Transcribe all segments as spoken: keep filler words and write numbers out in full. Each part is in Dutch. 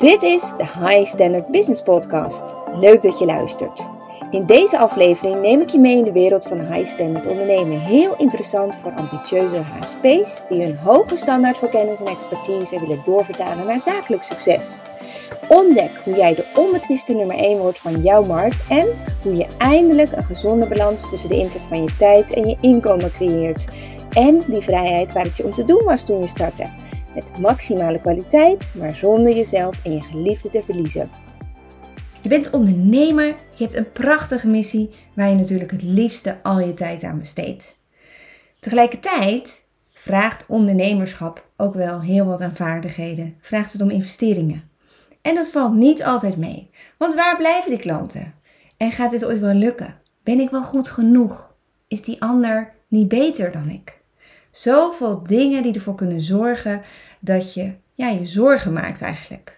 Dit is de High Standard Business Podcast. Leuk dat je luistert. In deze aflevering neem ik je mee in de wereld van high standard ondernemen. Heel interessant voor ambitieuze H S P's die hun hoge standaard voor kennis en expertise willen doorvertalen naar zakelijk succes. Ontdek hoe jij de onbetwiste nummer één wordt van jouw markt en hoe je eindelijk een gezonde balans tussen de inzet van je tijd en je inkomen creëert. En die vrijheid waar het je om te doen was toen je startte. Met maximale kwaliteit, maar zonder jezelf en je geliefde te verliezen. Je bent ondernemer, je hebt een prachtige missie waar je natuurlijk het liefste al je tijd aan besteedt. Tegelijkertijd vraagt ondernemerschap ook wel heel wat aan vaardigheden, vraagt het om investeringen. En dat valt niet altijd mee, want waar blijven die klanten? En gaat dit ooit wel lukken? Ben ik wel goed genoeg? Is die ander niet beter dan ik? Zoveel dingen die ervoor kunnen zorgen dat je ja, je zorgen maakt eigenlijk.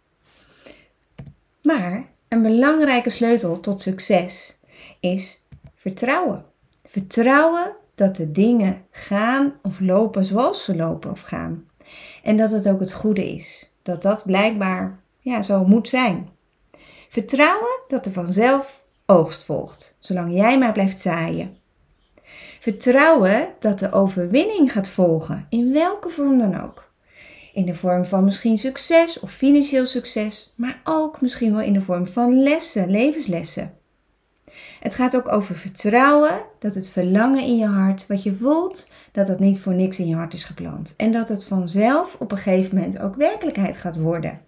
Maar een belangrijke sleutel tot succes is vertrouwen. Vertrouwen dat de dingen gaan of lopen zoals ze lopen of gaan. En dat het ook het goede is. Dat dat blijkbaar ja, zo moet zijn. Vertrouwen dat er vanzelf oogst volgt, zolang jij maar blijft zaaien. Vertrouwen dat de overwinning gaat volgen, in welke vorm dan ook. In de vorm van misschien succes of financieel succes, maar ook misschien wel in de vorm van lessen, levenslessen. Het gaat ook over vertrouwen dat het verlangen in je hart, wat je voelt, dat dat niet voor niks in je hart is geplant. En dat het vanzelf op een gegeven moment ook werkelijkheid gaat worden.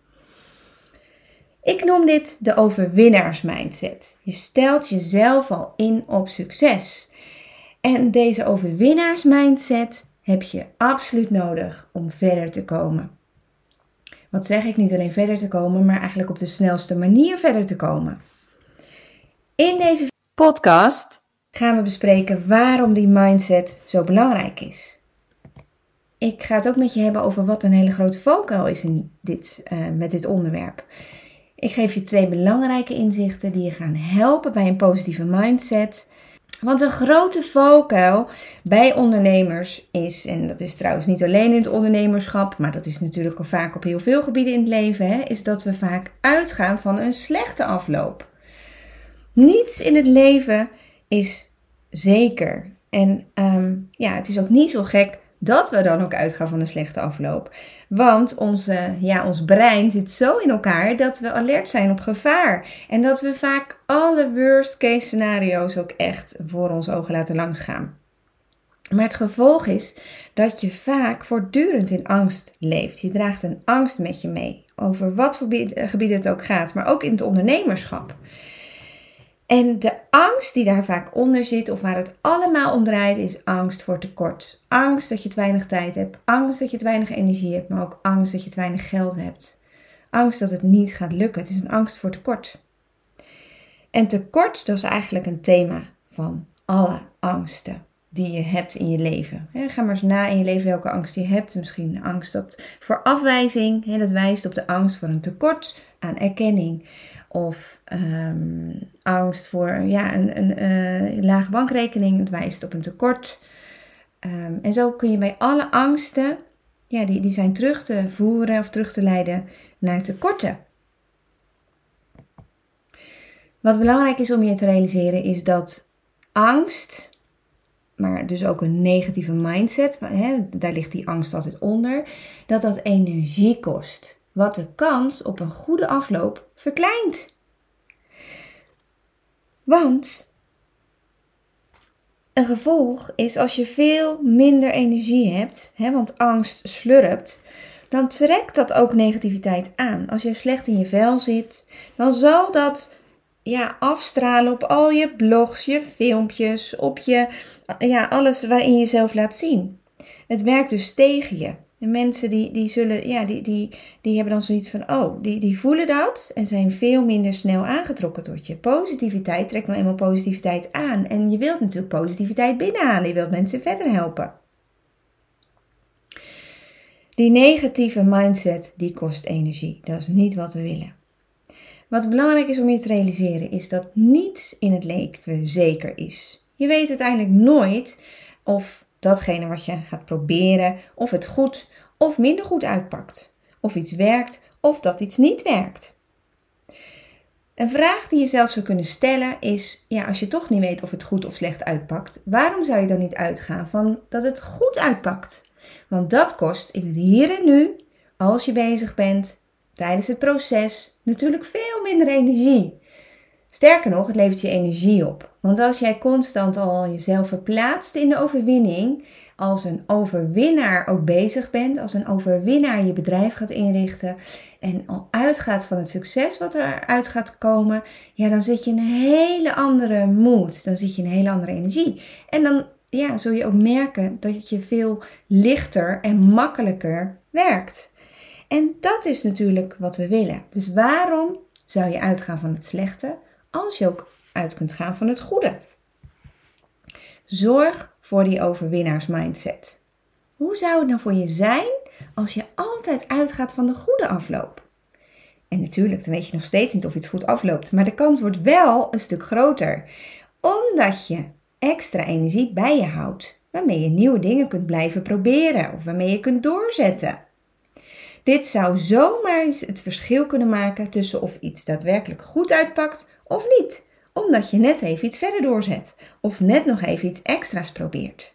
Ik noem dit de overwinnaarsmindset. Je stelt jezelf al in op succes. En deze overwinnaarsmindset heb je absoluut nodig om verder te komen. Wat zeg ik? Niet alleen verder te komen, maar eigenlijk op de snelste manier verder te komen. In deze podcast gaan we bespreken waarom die mindset zo belangrijk is. Ik ga het ook met je hebben over wat een hele grote valkuil is in dit, uh, met dit onderwerp. Ik geef je twee belangrijke inzichten die je gaan helpen bij een positieve mindset. Want een grote valkuil bij ondernemers is, en dat is trouwens niet alleen in het ondernemerschap, maar dat is natuurlijk al vaak op heel veel gebieden in het leven, hè, is dat we vaak uitgaan van een slechte afloop. Niets in het leven is zeker. En um, ja, het is ook niet zo gek dat we dan ook uitgaan van een slechte afloop. Want onze, ja, ons brein zit zo in elkaar dat we alert zijn op gevaar. En dat we vaak alle worst case scenario's ook echt voor ons ogen laten langsgaan. Maar het gevolg is dat je vaak voortdurend in angst leeft. Je draagt een angst met je mee. Over wat voor gebieden het ook gaat, maar ook in het ondernemerschap. En de angst die daar vaak onder zit, of waar het allemaal om draait, is angst voor tekort. Angst dat je te weinig tijd hebt. Angst dat je te weinig energie hebt, maar ook angst dat je te weinig geld hebt. Angst dat het niet gaat lukken. Het is een angst voor tekort. En tekort, dat is eigenlijk een thema van alle angsten die je hebt in je leven. Ga maar eens na in je leven welke angst je hebt. Misschien angst dat voor afwijzing, dat wijst op de angst voor een tekort aan erkenning. Of um, angst voor ja, een, een uh, lage bankrekening, het wijst op een tekort. Um, en zo kun je bij alle angsten, ja, die, die zijn terug te voeren of terug te leiden naar tekorten. Wat belangrijk is om je te realiseren is dat angst, maar dus ook een negatieve mindset, hè, daar ligt die angst altijd onder, dat dat energie kost. Wat de kans op een goede afloop verkleint. Want een gevolg is als je veel minder energie hebt, hè, want angst slurpt, dan trekt dat ook negativiteit aan. Als je slecht in je vel zit, dan zal dat ja, afstralen op al je blogs, je filmpjes, op je, ja, alles waarin je jezelf laat zien. Het werkt dus tegen je. De mensen die, die, zullen, ja, die, die, die hebben dan zoiets van, oh, die, die voelen dat en zijn veel minder snel aangetrokken tot je. Positiviteit trekt nou eenmaal positiviteit aan. En je wilt natuurlijk positiviteit binnenhalen. Je wilt mensen verder helpen. Die negatieve mindset, die kost energie. Dat is niet wat we willen. Wat belangrijk is om je te realiseren, is dat niets in het leven zeker is. Je weet uiteindelijk nooit of datgene wat je gaat proberen, of het goed of minder goed uitpakt. Of iets werkt of dat iets niet werkt. Een vraag die je zelf zou kunnen stellen is, ja, als je toch niet weet of het goed of slecht uitpakt, waarom zou je dan niet uitgaan van dat het goed uitpakt? Want dat kost in het hier en nu, als je bezig bent, tijdens het proces, natuurlijk veel minder energie. Sterker nog, het levert je energie op. Want als jij constant al jezelf verplaatst in de overwinning, als een overwinnaar ook bezig bent, als een overwinnaar je bedrijf gaat inrichten en al uitgaat van het succes wat eruit gaat komen, ja, dan zit je in een hele andere mood, dan zit je in een hele andere energie. En dan ja, zul je ook merken dat je veel lichter en makkelijker werkt. En dat is natuurlijk wat we willen. Dus waarom zou je uitgaan van het slechte als je ook uit kunt gaan van het goede? Zorg voor die overwinnaarsmindset. Hoe zou het nou voor je zijn als je altijd uitgaat van de goede afloop? En natuurlijk, dan weet je nog steeds niet of iets goed afloopt, maar de kans wordt wel een stuk groter. Omdat je extra energie bij je houdt, waarmee je nieuwe dingen kunt blijven proberen of waarmee je kunt doorzetten. Dit zou zomaar eens het verschil kunnen maken tussen of iets daadwerkelijk goed uitpakt of niet. Omdat je net even iets verder doorzet of net nog even iets extra's probeert.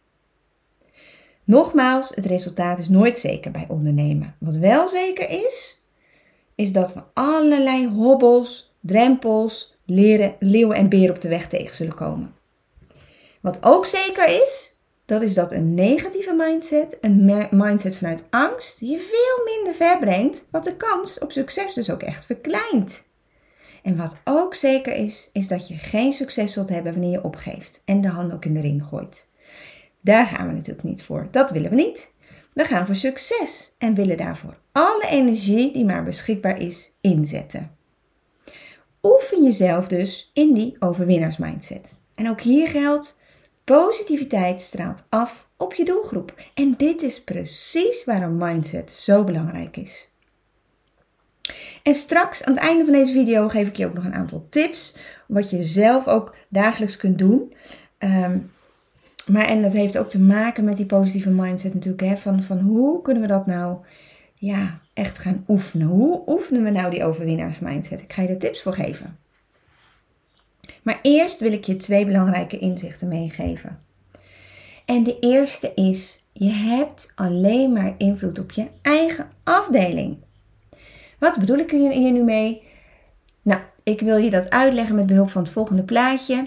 Nogmaals, het resultaat is nooit zeker bij ondernemen. Wat wel zeker is, is dat we allerlei hobbels, drempels, leren, leeuwen en beren op de weg tegen zullen komen. Wat ook zeker is, dat is dat een negatieve mindset, een mindset vanuit angst, je veel minder ver brengt, wat de kans op succes dus ook echt verkleint. En wat ook zeker is, is dat je geen succes zult hebben wanneer je opgeeft en de hand ook in de ring gooit. Daar gaan we natuurlijk niet voor. Dat willen we niet. We gaan voor succes en willen daarvoor alle energie die maar beschikbaar is inzetten. Oefen jezelf dus in die overwinnaarsmindset. En ook hier geldt, positiviteit straalt af op je doelgroep. En dit is precies waarom mindset zo belangrijk is. En straks aan het einde van deze video geef ik je ook nog een aantal tips. Wat je zelf ook dagelijks kunt doen. Um, maar en dat heeft ook te maken met die positieve mindset natuurlijk. Hè, van, van hoe kunnen we dat nou ja, echt gaan oefenen? Hoe oefenen we nou die overwinnaarsmindset? Ik ga je er tips voor geven. Maar eerst wil ik je twee belangrijke inzichten meegeven. En de eerste is, je hebt alleen maar invloed op je eigen afdeling. Wat bedoel ik hier nu mee? Nou, ik wil je dat uitleggen met behulp van het volgende plaatje.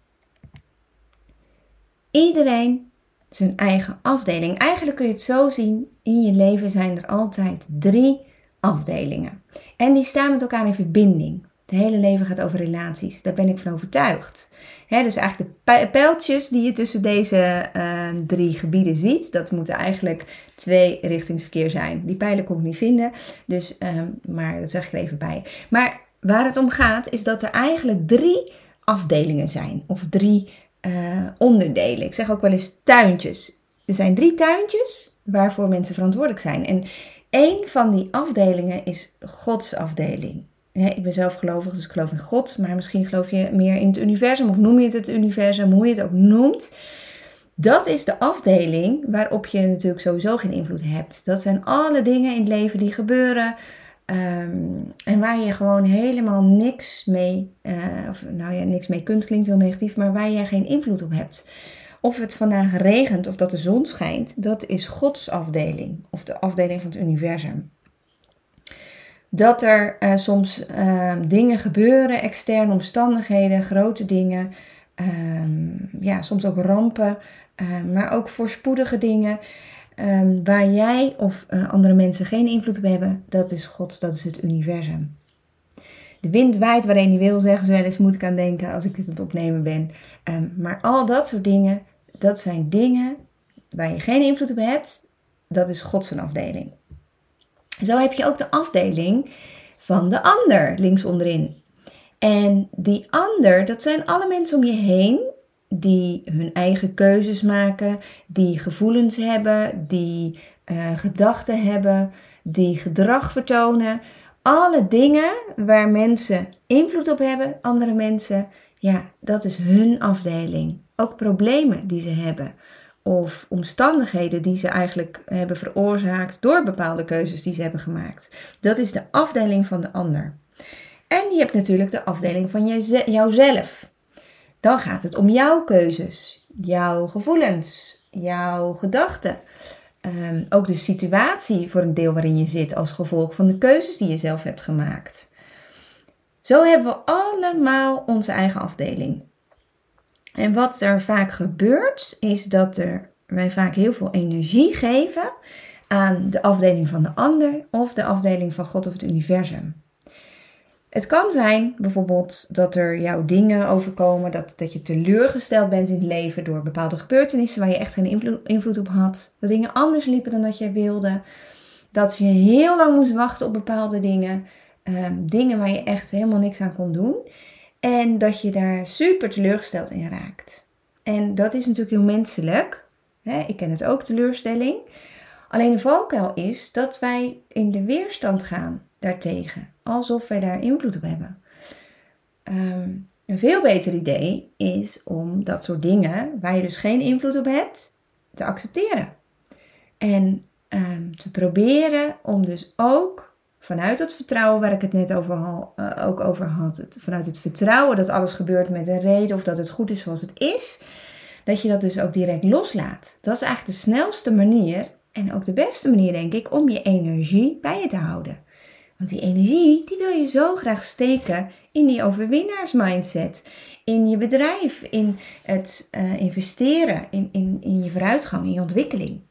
Iedereen zijn eigen afdeling. Eigenlijk kun je het zo zien, in je leven zijn er altijd drie afdelingen. En die staan met elkaar in verbinding. Het hele leven gaat over relaties. Daar ben ik van overtuigd. He, dus eigenlijk de pijltjes die je tussen deze uh, drie gebieden ziet, dat moeten eigenlijk twee richtingsverkeer zijn. Die pijlen kon ik niet vinden, dus, um, maar dat zeg ik er even bij. Maar waar het om gaat is dat er eigenlijk drie afdelingen zijn. Of drie uh, onderdelen. Ik zeg ook wel eens tuintjes. Er zijn drie tuintjes waarvoor mensen verantwoordelijk zijn. En één van die afdelingen is Gods afdeling. Ja, ik ben zelf gelovig, dus ik geloof in God. Maar misschien geloof je meer in het universum. Of noem je het het universum, hoe je het ook noemt. Dat is de afdeling waarop je natuurlijk sowieso geen invloed hebt. Dat zijn alle dingen in het leven die gebeuren. Um, en waar je gewoon helemaal niks mee, uh, of nou ja, niks mee kunt, klinkt heel negatief. Maar waar je geen invloed op hebt. Of het vandaag regent of dat de zon schijnt. Dat is Gods afdeling. Of de afdeling van het universum. Dat er uh, soms uh, dingen gebeuren, externe omstandigheden, grote dingen, um, ja, soms ook rampen, uh, maar ook voorspoedige dingen, um, waar jij of uh, andere mensen geen invloed op hebben, dat is God, dat is het universum. De wind waait waarheen hij wil, zeggen ze wel eens, moet ik aan denken als ik dit aan het opnemen ben. Um, maar al dat soort dingen, dat zijn dingen waar je geen invloed op hebt, dat is Gods afdeling. Zo heb je ook de afdeling van de ander, links onderin. En die ander, dat zijn alle mensen om je heen die hun eigen keuzes maken, die gevoelens hebben, die uh, gedachten hebben, die gedrag vertonen. Alle dingen waar mensen invloed op hebben, andere mensen, ja, dat is hun afdeling. Ook problemen die ze hebben. of omstandigheden die ze eigenlijk hebben veroorzaakt door bepaalde keuzes die ze hebben gemaakt. Dat is de afdeling van de ander. En je hebt natuurlijk de afdeling van je, jouzelf. Dan gaat het om jouw keuzes, jouw gevoelens, jouw gedachten. Um, ook de situatie voor een deel waarin je zit als gevolg van de keuzes die je zelf hebt gemaakt. Zo hebben we allemaal onze eigen afdeling. En wat er vaak gebeurt, is dat er, wij vaak heel veel energie geven aan de afdeling van de ander of de afdeling van God of het universum. Het kan zijn bijvoorbeeld dat er jouw dingen overkomen, dat, dat je teleurgesteld bent in het leven door bepaalde gebeurtenissen waar je echt geen invloed, invloed op had. Dat dingen anders liepen dan dat jij wilde. Dat je heel lang moest wachten op bepaalde dingen. Um, dingen waar je echt helemaal niks aan kon doen. En dat je daar super teleurgesteld in raakt. En dat is natuurlijk heel menselijk. Hè? Ik ken het ook, teleurstelling. Alleen de valkuil is dat wij in de weerstand gaan daartegen. Alsof wij daar invloed op hebben. Um, een veel beter idee is om dat soort dingen, waar je dus geen invloed op hebt, te accepteren. En um, te proberen om dus ook vanuit dat vertrouwen waar ik het net over, uh, ook over had. Het, vanuit het vertrouwen dat alles gebeurt met een reden of dat het goed is zoals het is. Dat je dat dus ook direct loslaat. Dat is eigenlijk de snelste manier en ook de beste manier denk ik om je energie bij je te houden. Want die energie, die wil je zo graag steken in die overwinnaarsmindset. In je bedrijf, in het uh, investeren, in, in, in je vooruitgang, in je ontwikkeling.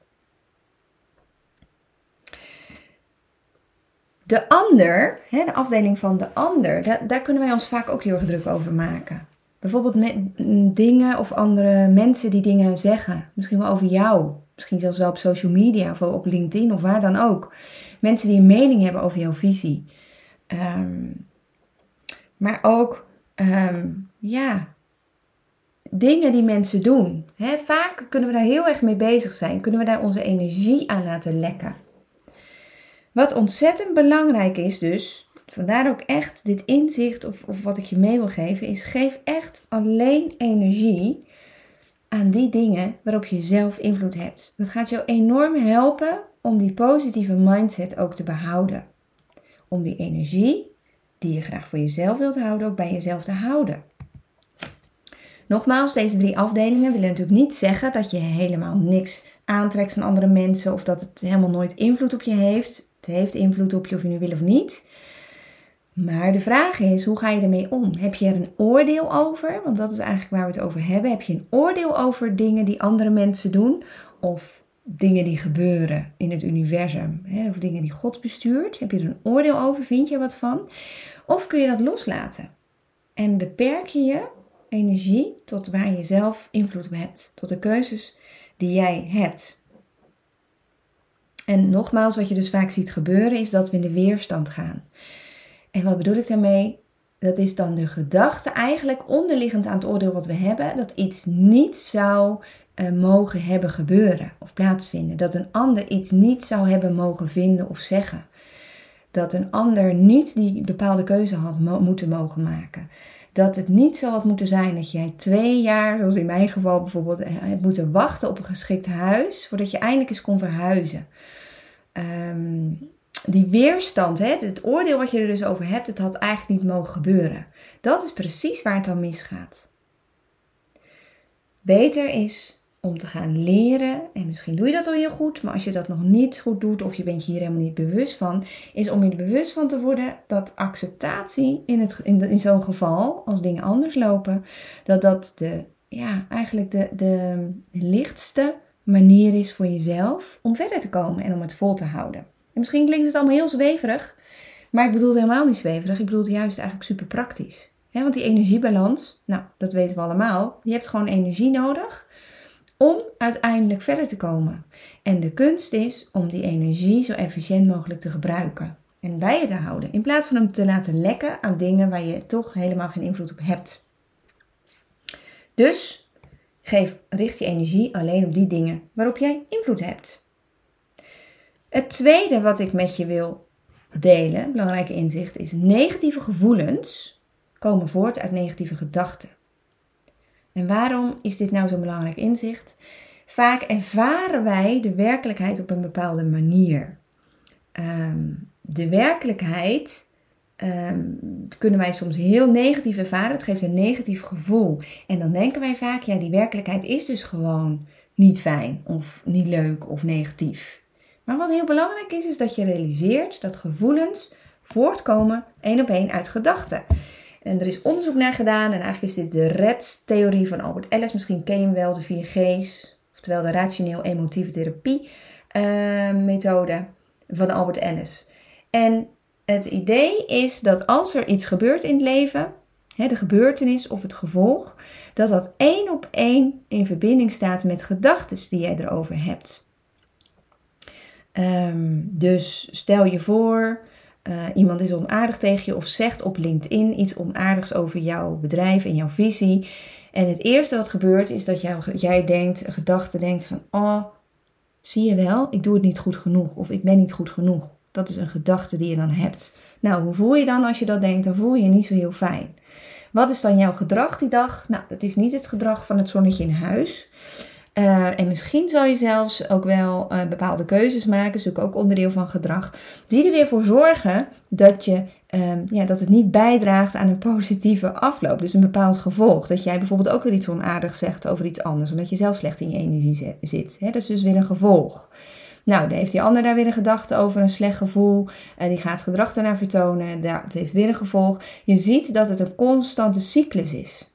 De ander, hè, de afdeling van de ander, daar, daar kunnen wij ons vaak ook heel erg druk over maken. Bijvoorbeeld met dingen of andere mensen die dingen zeggen. Misschien wel over jou. Misschien zelfs wel op social media of op LinkedIn of waar dan ook. Mensen die een mening hebben over jouw visie. Um, maar ook, um, ja, dingen die mensen doen. He, vaak kunnen we daar heel erg mee bezig zijn. Kunnen we daar onze energie aan laten lekken. Wat ontzettend belangrijk is dus, vandaar ook echt dit inzicht of, of wat ik je mee wil geven, is geef echt alleen energie aan die dingen waarop je zelf invloed hebt. Dat gaat jou enorm helpen om die positieve mindset ook te behouden. Om die energie die je graag voor jezelf wilt houden, ook bij jezelf te houden. Nogmaals, deze drie afdelingen willen natuurlijk niet zeggen dat je helemaal niks aantrekt van andere mensen of dat het helemaal nooit invloed op je heeft. Het heeft invloed op je of je nu wil of niet. Maar de vraag is, hoe ga je ermee om? Heb je er een oordeel over? Want dat is eigenlijk waar we het over hebben. Heb je een oordeel over dingen die andere mensen doen? Of dingen die gebeuren in het universum? Hè? Of dingen die God bestuurt? Heb je er een oordeel over? Vind je er wat van? Of kun je dat loslaten? En beperk je je energie tot waar je zelf invloed op hebt. Tot de keuzes die jij hebt. En nogmaals, wat je dus vaak ziet gebeuren, is dat we in de weerstand gaan. En wat bedoel ik daarmee? Dat is dan de gedachte eigenlijk onderliggend aan het oordeel wat we hebben, dat iets niet zou uh, mogen hebben gebeuren of plaatsvinden. Dat een ander iets niet zou hebben mogen vinden of zeggen. Dat een ander niet die bepaalde keuze had mo- moeten mogen maken. Dat het niet zo had moeten zijn dat jij twee jaar, zoals in mijn geval bijvoorbeeld, hebt moeten wachten op een geschikt huis, voordat je eindelijk eens kon verhuizen. Um, die weerstand, hè, het oordeel wat je er dus over hebt, het had eigenlijk niet mogen gebeuren. Dat is precies waar het dan misgaat. Beter is om te gaan leren, en misschien doe je dat al heel goed, maar als je dat nog niet goed doet of je bent je hier helemaal niet bewust van, is om je er bewust van te worden dat acceptatie in, het, in, de, in zo'n geval, als dingen anders lopen, dat dat de, ja, eigenlijk de, de, de lichtste manier is voor jezelf om verder te komen en om het vol te houden. En misschien klinkt het allemaal heel zweverig, maar ik bedoel het helemaal niet zweverig. Ik bedoel het juist eigenlijk super praktisch. He, want die energiebalans, nou, dat weten we allemaal. Je hebt gewoon energie nodig om uiteindelijk verder te komen. En de kunst is om die energie zo efficiënt mogelijk te gebruiken. En bij je te houden. In plaats van hem te laten lekken aan dingen waar je toch helemaal geen invloed op hebt. Dus geef, richt je energie alleen op die dingen waarop jij invloed hebt. Het tweede wat ik met je wil delen, belangrijke inzicht, is negatieve gevoelens komen voort uit negatieve gedachten. En waarom is dit nou zo'n belangrijk inzicht? Vaak ervaren wij de werkelijkheid op een bepaalde manier. Um, de werkelijkheid um, kunnen wij soms heel negatief ervaren. Het geeft een negatief gevoel. En dan denken wij vaak, ja, die werkelijkheid is dus gewoon niet fijn of niet leuk of negatief. Maar wat heel belangrijk is, is dat je realiseert dat gevoelens voortkomen één op één uit gedachten. En er is onderzoek naar gedaan en eigenlijk is dit de R E D-theorie van Albert Ellis. Misschien ken je hem wel, de vier G's, oftewel de rationeel-emotieve therapie uh, methode van Albert Ellis. En het idee is dat als er iets gebeurt in het leven, hè, de gebeurtenis of het gevolg, dat dat één op één in verbinding staat met gedachten die jij erover hebt. Um, dus stel je voor, uh, iemand is onaardig tegen je of zegt op LinkedIn iets onaardigs over jouw bedrijf en jouw visie. En het eerste wat gebeurt is dat jou, jij denkt, een gedachte denkt van, oh, zie je wel, ik doe het niet goed genoeg of ik ben niet goed genoeg. Dat is een gedachte die je dan hebt. Nou, hoe voel je dan als je dat denkt? Dan voel je je niet zo heel fijn. Wat is dan jouw gedrag die dag? Nou, het is niet het gedrag van het zonnetje in huis. Uh, en misschien zal je zelfs ook wel uh, bepaalde keuzes maken, dat is natuurlijk ook onderdeel van gedrag, die er weer voor zorgen dat, je, um, ja, dat het niet bijdraagt aan een positieve afloop. Dus een bepaald gevolg. Dat jij bijvoorbeeld ook weer iets onaardigs zegt over iets anders, omdat je zelf slecht in je energie zit. Hè? Dat is dus weer een gevolg. Nou, dan heeft die ander daar weer een gedachte over, een slecht gevoel. Uh, die gaat gedrag daarna vertonen. Dat heeft weer een gevolg. Je ziet dat het een constante cyclus is.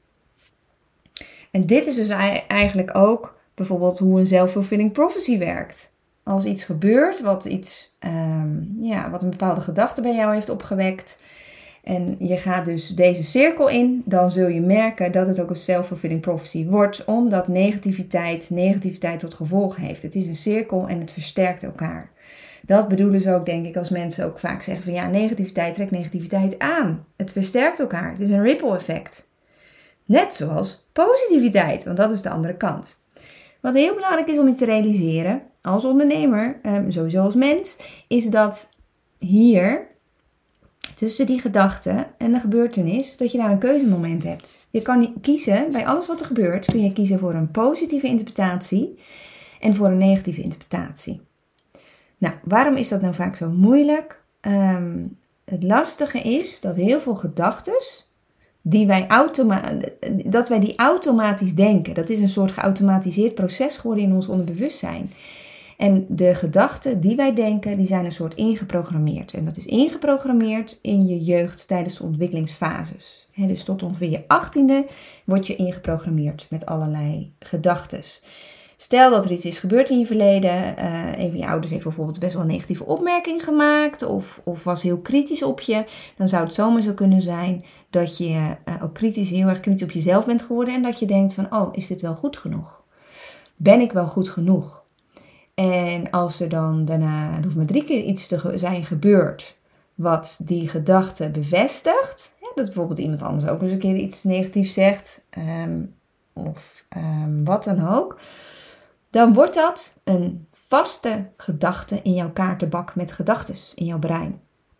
En dit is dus eigenlijk ook bijvoorbeeld hoe een self-fulfilling prophecy werkt. Als iets gebeurt wat, iets, um, ja, wat een bepaalde gedachte bij jou heeft opgewekt. En je gaat dus deze cirkel in. Dan zul je merken dat het ook een self-fulfilling prophecy wordt. Omdat negativiteit, negativiteit tot gevolg heeft. Het is een cirkel en het versterkt elkaar. Dat bedoelen ze ook, denk ik, als mensen ook vaak zeggen van ja, negativiteit trekt negativiteit aan. Het versterkt elkaar. Het is een ripple effect. Net zoals positiviteit, want dat is de andere kant. Wat heel belangrijk is om je te realiseren, als ondernemer, sowieso als mens, is dat hier, tussen die gedachte en de gebeurtenis, dat je daar een keuzemoment hebt. Je kan kiezen, bij alles wat er gebeurt, kun je kiezen voor een positieve interpretatie en voor een negatieve interpretatie. Nou, waarom is dat nou vaak zo moeilijk? Um, het lastige is dat heel veel gedachtes, Die wij automa- dat wij die automatisch denken. Dat is een soort geautomatiseerd proces geworden in ons onderbewustzijn. En de gedachten die wij denken, die zijn een soort ingeprogrammeerd. En dat is ingeprogrammeerd in je jeugd tijdens de ontwikkelingsfases. He, dus tot ongeveer je achttiende word je ingeprogrammeerd met allerlei gedachtes. Stel dat er iets is gebeurd in je verleden. Uh, een van je ouders heeft bijvoorbeeld best wel een negatieve opmerking gemaakt. Of, of was heel kritisch op je. Dan zou het zomaar zo kunnen zijn dat je uh, ook kritisch, heel erg kritisch op jezelf bent geworden. En dat je denkt van, oh, is dit wel goed genoeg? Ben ik wel goed genoeg? En als er dan daarna, er hoeft maar drie keer iets te zijn gebeurd wat die gedachte bevestigt. Ja, dat bijvoorbeeld iemand anders ook eens een keer iets negatiefs zegt. Um, of um, wat dan ook. Dan wordt dat een vaste gedachte in jouw kaartenbak met gedachtes in jouw brein.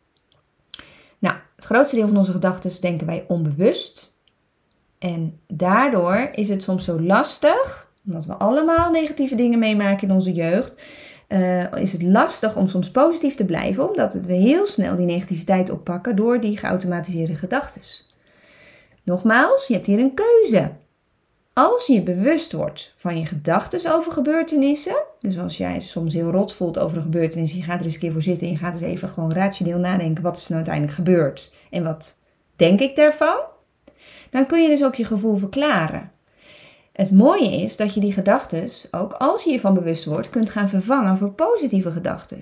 Nou, het grootste deel van onze gedachten denken wij onbewust. En daardoor is het soms zo lastig, omdat we allemaal negatieve dingen meemaken in onze jeugd, uh, is het lastig om soms positief te blijven, omdat we heel snel die negativiteit oppakken door die geautomatiseerde gedachten. Nogmaals, je hebt hier een keuze. Als je bewust wordt van je gedachten over gebeurtenissen, dus als jij soms heel rot voelt over een gebeurtenis, je gaat er eens een keer voor zitten en je gaat eens even gewoon rationeel nadenken, wat is er nou uiteindelijk gebeurd en wat denk ik daarvan, dan kun je dus ook je gevoel verklaren. Het mooie is dat je die gedachten, ook als je hiervan bewust wordt, kunt gaan vervangen voor positieve gedachten.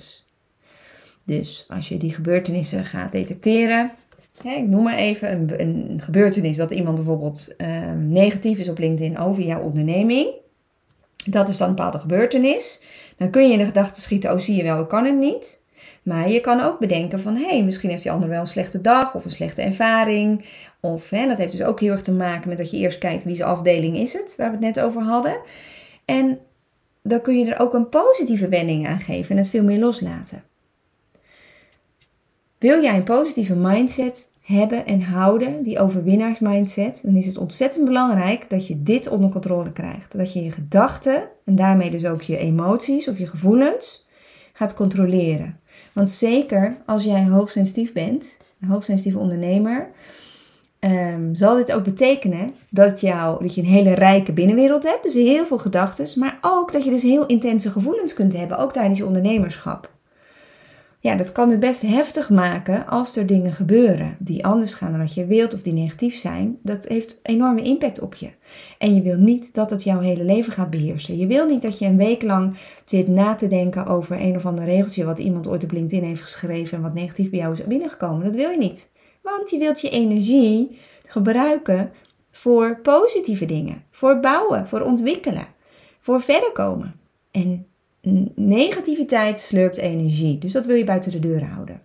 Dus als je die gebeurtenissen gaat detecteren, ja, ik noem maar even een, een gebeurtenis dat iemand bijvoorbeeld uh, negatief is op LinkedIn over jouw onderneming. Dat is dan een bepaalde gebeurtenis. Dan kun je in de gedachten schieten, oh zie je wel, ik kan het niet. Maar je kan ook bedenken van, hé, hey, misschien heeft die ander wel een slechte dag of een slechte ervaring. Of hè, dat heeft dus ook heel erg te maken met dat je eerst kijkt wie zijn afdeling is het, waar we het net over hadden. En dan kun je er ook een positieve wending aan geven en het veel meer loslaten. Wil jij een positieve mindset hebben en houden, die overwinnaarsmindset, dan is het ontzettend belangrijk dat je dit onder controle krijgt. Dat je je gedachten en daarmee dus ook je emoties of je gevoelens gaat controleren. Want zeker als jij hoogsensitief bent, een hoogsensitieve ondernemer, um, zal dit ook betekenen dat, jou, dat je een hele rijke binnenwereld hebt. Dus heel veel gedachten, maar ook dat je dus heel intense gevoelens kunt hebben, ook tijdens je ondernemerschap. Ja, dat kan het best heftig maken als er dingen gebeuren die anders gaan dan wat je wilt of die negatief zijn. Dat heeft enorme impact op je. En je wil niet dat het jouw hele leven gaat beheersen. Je wil niet dat je een week lang zit na te denken over een of ander regeltje wat iemand ooit op LinkedIn heeft geschreven en wat negatief bij jou is binnengekomen. Dat wil je niet. Want je wilt je energie gebruiken voor positieve dingen. Voor bouwen, voor ontwikkelen, voor verder komen. En negativiteit slurpt energie. Dus dat wil je buiten de deur houden.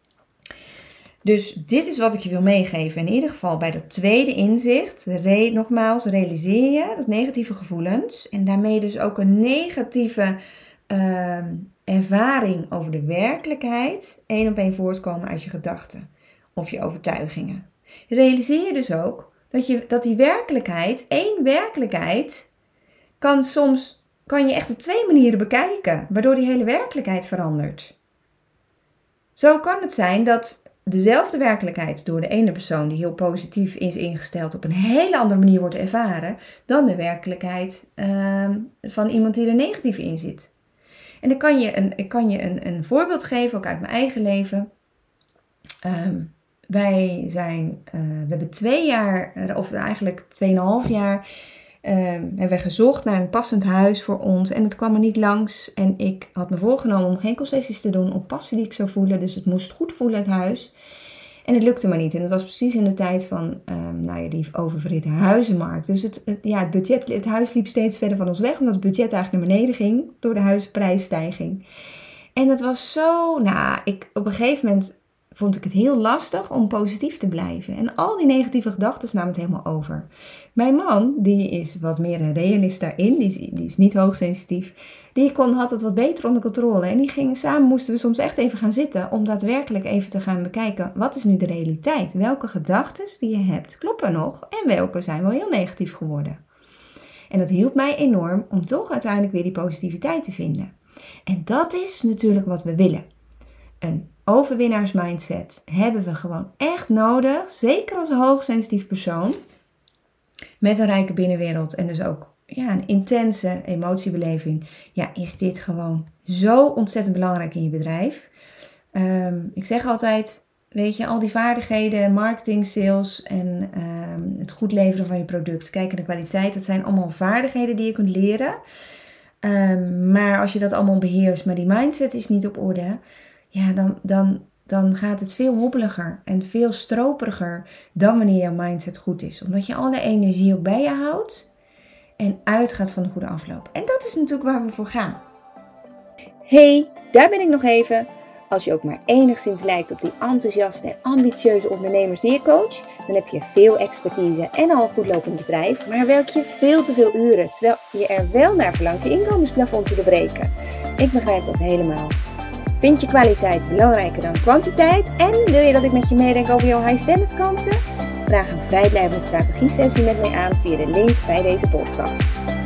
Dus dit is wat ik je wil meegeven. In ieder geval bij dat tweede inzicht. Re- nogmaals, realiseer je dat negatieve gevoelens. En daarmee dus ook een negatieve uh, ervaring over de werkelijkheid. één op één voortkomen uit je gedachten. Of je overtuigingen. Realiseer je dus ook dat, je, dat die werkelijkheid, één werkelijkheid, kan soms... kan je echt op twee manieren bekijken, waardoor die hele werkelijkheid verandert. Zo kan het zijn dat dezelfde werkelijkheid door de ene persoon die heel positief is ingesteld op een hele andere manier wordt ervaren dan de werkelijkheid uh, van iemand die er negatief in zit. En dan kan je een, ik kan je een, een voorbeeld geven, ook uit mijn eigen leven. Um, wij zijn, uh, we hebben twee jaar, of eigenlijk tweeënhalf jaar, Uh, hebben we gezocht naar een passend huis voor ons en het kwam er niet langs. En ik had me voorgenomen om geen concessies te doen op passie die ik zou voelen. Dus het moest goed voelen, het huis. En het lukte maar niet. En het was precies in de tijd van um, nou ja, die oververhitte huizenmarkt. Dus het, het, ja, het, budget, het huis liep steeds verder van ons weg, omdat het budget eigenlijk naar beneden ging door de huizenprijsstijging. En dat was zo, nou, ik, op een gegeven moment vond ik het heel lastig om positief te blijven. En al die negatieve gedachten namen het helemaal over. Mijn man, die is wat meer een realist daarin, die is, die is niet hoogsensitief, die kon, had het wat beter onder controle. En die ging, samen moesten we soms echt even gaan zitten om daadwerkelijk even te gaan bekijken, wat is nu de realiteit? Welke gedachten die je hebt kloppen nog en welke zijn wel heel negatief geworden? En dat hielp mij enorm om toch uiteindelijk weer die positiviteit te vinden. En dat is natuurlijk wat we willen. Een overwinnaarsmindset hebben we gewoon echt nodig, zeker als een hoogsensitief persoon, met een rijke binnenwereld en dus ook ja, een intense emotiebeleving. Ja, is dit gewoon zo ontzettend belangrijk in je bedrijf. Um, ik zeg altijd, weet je, al die vaardigheden, marketing, sales en um, het goed leveren van je product, kijken naar de kwaliteit, dat zijn allemaal vaardigheden die je kunt leren. Um, maar als je dat allemaal beheerst, maar die mindset is niet op orde, ja, dan, dan, dan gaat het veel hobbeliger en veel stroperiger dan wanneer jouw mindset goed is. Omdat je alle energie ook bij je houdt en uitgaat van een goede afloop. En dat is natuurlijk waar we voor gaan. Hey, daar ben ik nog even. Als je ook maar enigszins lijkt op die enthousiaste en ambitieuze ondernemers die je coach, dan heb je veel expertise en al een goed lopend bedrijf, maar werk je veel te veel uren, terwijl je er wel naar verlangt je inkomensplafond te doorbreken. Ik begrijp dat helemaal. Vind je kwaliteit belangrijker dan kwantiteit en wil je dat ik met je meedenk over jouw high-standard kansen? Vraag een vrijblijvende strategie-sessie met mij aan via de link bij deze podcast.